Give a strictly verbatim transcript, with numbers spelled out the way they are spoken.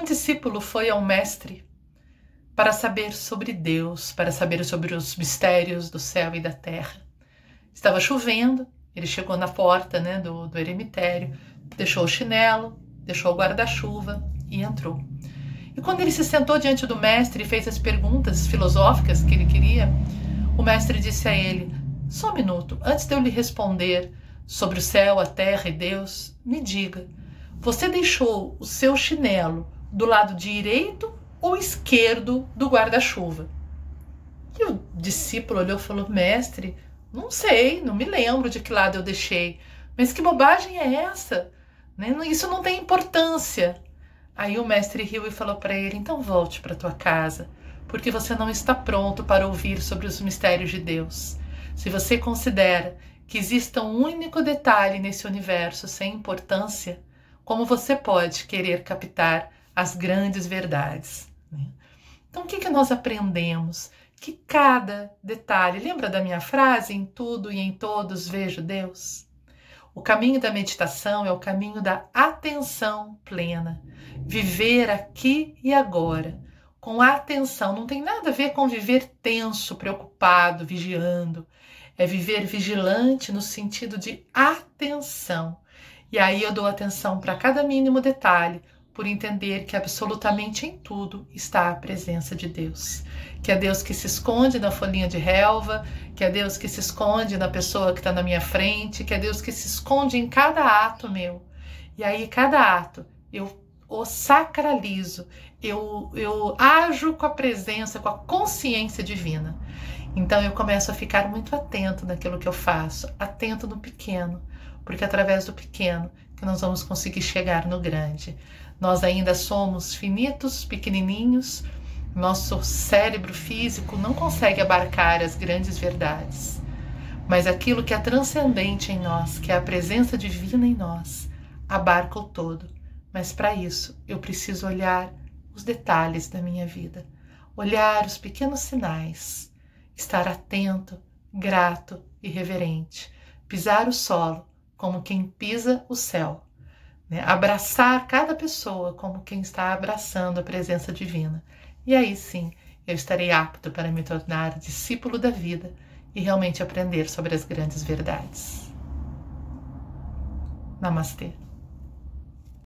Um discípulo foi ao mestre para saber sobre Deus, para saber sobre os mistérios do céu e da terra. Estava chovendo, ele chegou na porta, né, do, do eremitério, deixou o chinelo, deixou o guarda-chuva e entrou. E quando ele se sentou diante do mestre e fez as perguntas filosóficas que ele queria, o mestre disse a ele: só um minuto, antes de eu lhe responder sobre o céu, a terra e Deus, me diga, você deixou o seu chinelo do lado direito ou esquerdo do guarda-chuva? E o discípulo olhou e falou: mestre, não sei, não me lembro de que lado eu deixei, mas que bobagem é essa? Isso não tem importância. Aí o mestre riu e falou para ele: então volte para tua casa, porque você não está pronto para ouvir sobre os mistérios de Deus. Se você considera que exista um único detalhe nesse universo sem importância, como você pode querer captar as grandes verdades? Então o que, que nós aprendemos? Que cada detalhe, lembra da minha frase, em tudo e em todos vejo Deus? O caminho da meditação é o caminho da atenção plena. Viver aqui e agora, com atenção. Não tem nada a ver com viver tenso, preocupado, vigiando. É viver vigilante no sentido de atenção. E aí eu dou atenção para cada mínimo detalhe, por entender que absolutamente em tudo está a presença de Deus. Que é Deus que se esconde na folhinha de relva, que é Deus que se esconde na pessoa que está na minha frente, que é Deus que se esconde em cada ato meu. E aí cada ato eu o sacralizo, eu, eu ajo com a presença, com a consciência divina. Então eu começo a ficar muito atento naquilo que eu faço, atento no pequeno, porque é através do pequeno que nós vamos conseguir chegar no grande. Nós ainda somos finitos, pequenininhos, nosso cérebro físico não consegue abarcar as grandes verdades, mas aquilo que é transcendente em nós, que é a presença divina em nós, abarca o todo. Mas para isso eu preciso olhar os detalhes da minha vida, olhar os pequenos sinais, estar atento, grato e reverente, pisar o solo como quem pisa o céu, né? Abraçar cada pessoa como quem está abraçando a presença divina. E aí sim eu estarei apto para me tornar discípulo da vida e realmente aprender sobre as grandes verdades. Namastê.